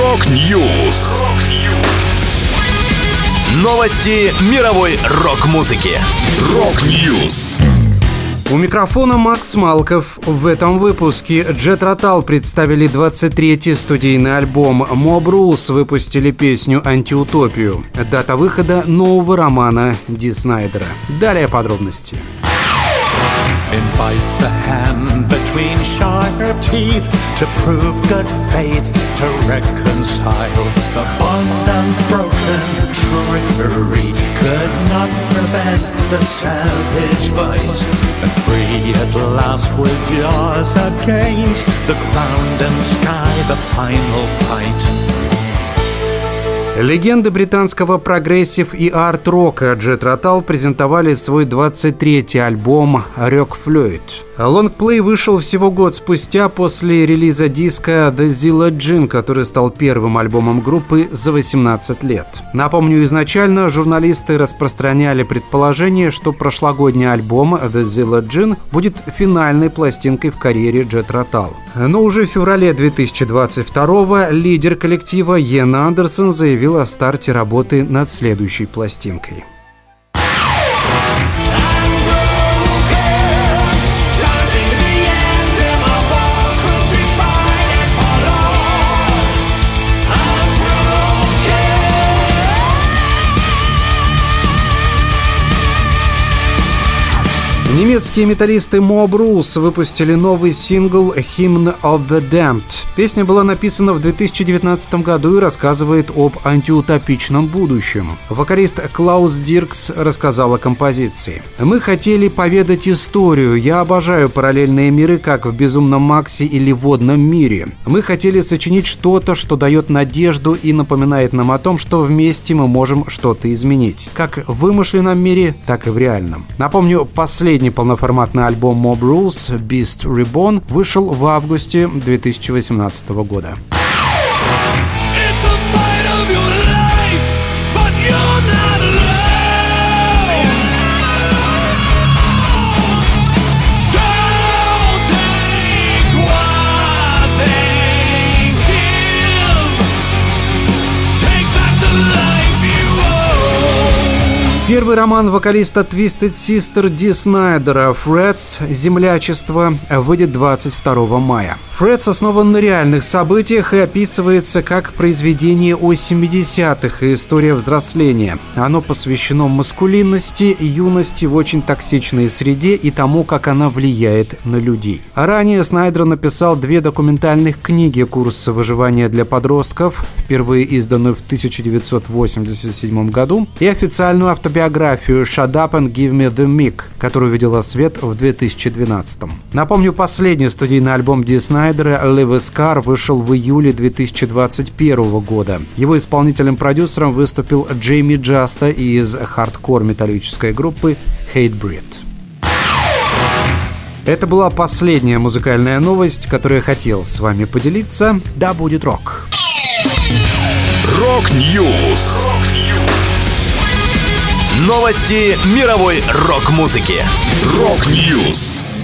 Рок-Ньюс. Новости мировой рок-музыки. Рок-Ньюс. У микрофона Макс Малков. В этом выпуске Jethro Tull представили 23-й студийный альбом. Mob Rules выпустили песню «Антиутопию». Дата выхода нового романа Ди Снайдера. Далее подробности. Invite the hand between sharp teeth to prove good faith, to reconcile the bond unbroken. Trickery could not prevent the savage bite, and free at last with jaws against the ground and sky, the final fight. Легенды британского прогрессив и арт-рока Jethro Tull презентовали свой 23-й альбом «Rock Fluid». Лонгплей вышел всего год спустя после релиза диска «The Zilla Gin», который стал первым альбомом группы за 18 лет. Напомню, изначально журналисты распространяли предположение, что прошлогодний альбом «The Zilla Gin» будет финальной пластинкой в карьере Jethro Tull. Но уже в феврале 2022-го лидер коллектива Йен Андерсон заявил о старте работы над следующей пластинкой. Немецкие металлисты Mob Rules выпустили новый сингл «Hymn of the Damned». Песня была написана в 2019 году и рассказывает об антиутопичном будущем. Вокалист Клаус Диркс рассказал о композиции. «Мы хотели поведать историю. Я обожаю параллельные миры, как в «Безумном Максе» или «Водном мире». Мы хотели сочинить что-то, что дает надежду и напоминает нам о том, что вместе мы можем что-то изменить. Как в вымышленном мире, так и в реальном». Напомню, последний полноформатный альбом Mob Rules Beast Reborn вышел в августе 2018 года. Первый роман вокалиста Twisted Sister Ди Снайдера «Frets. Землячество» выйдет 22 мая. «Frets» основан на реальных событиях и описывается как произведение о 70-х и история взросления. Оно посвящено маскулинности, юности в очень токсичной среде и тому, как она влияет на людей. Ранее Снайдер написал 2 документальных книги курса выживания для подростков, впервые изданную в 1987 году, и официальную автобиографию «Shut Up and Give Me the Mic», которая увидела свет в 2012. Напомню, последний студийный альбом Ди Снайдера «Leave a Scar» вышел в июле 2021 года. Его исполнителем-продюсером выступил Джейми Джаста из хардкор-металлической группы Hatebreed. Это была последняя музыкальная новость, которую я хотел с вами поделиться. Да будет рок! Рок-Ньюс. Новости мировой рок-музыки. Рок-Ньюс.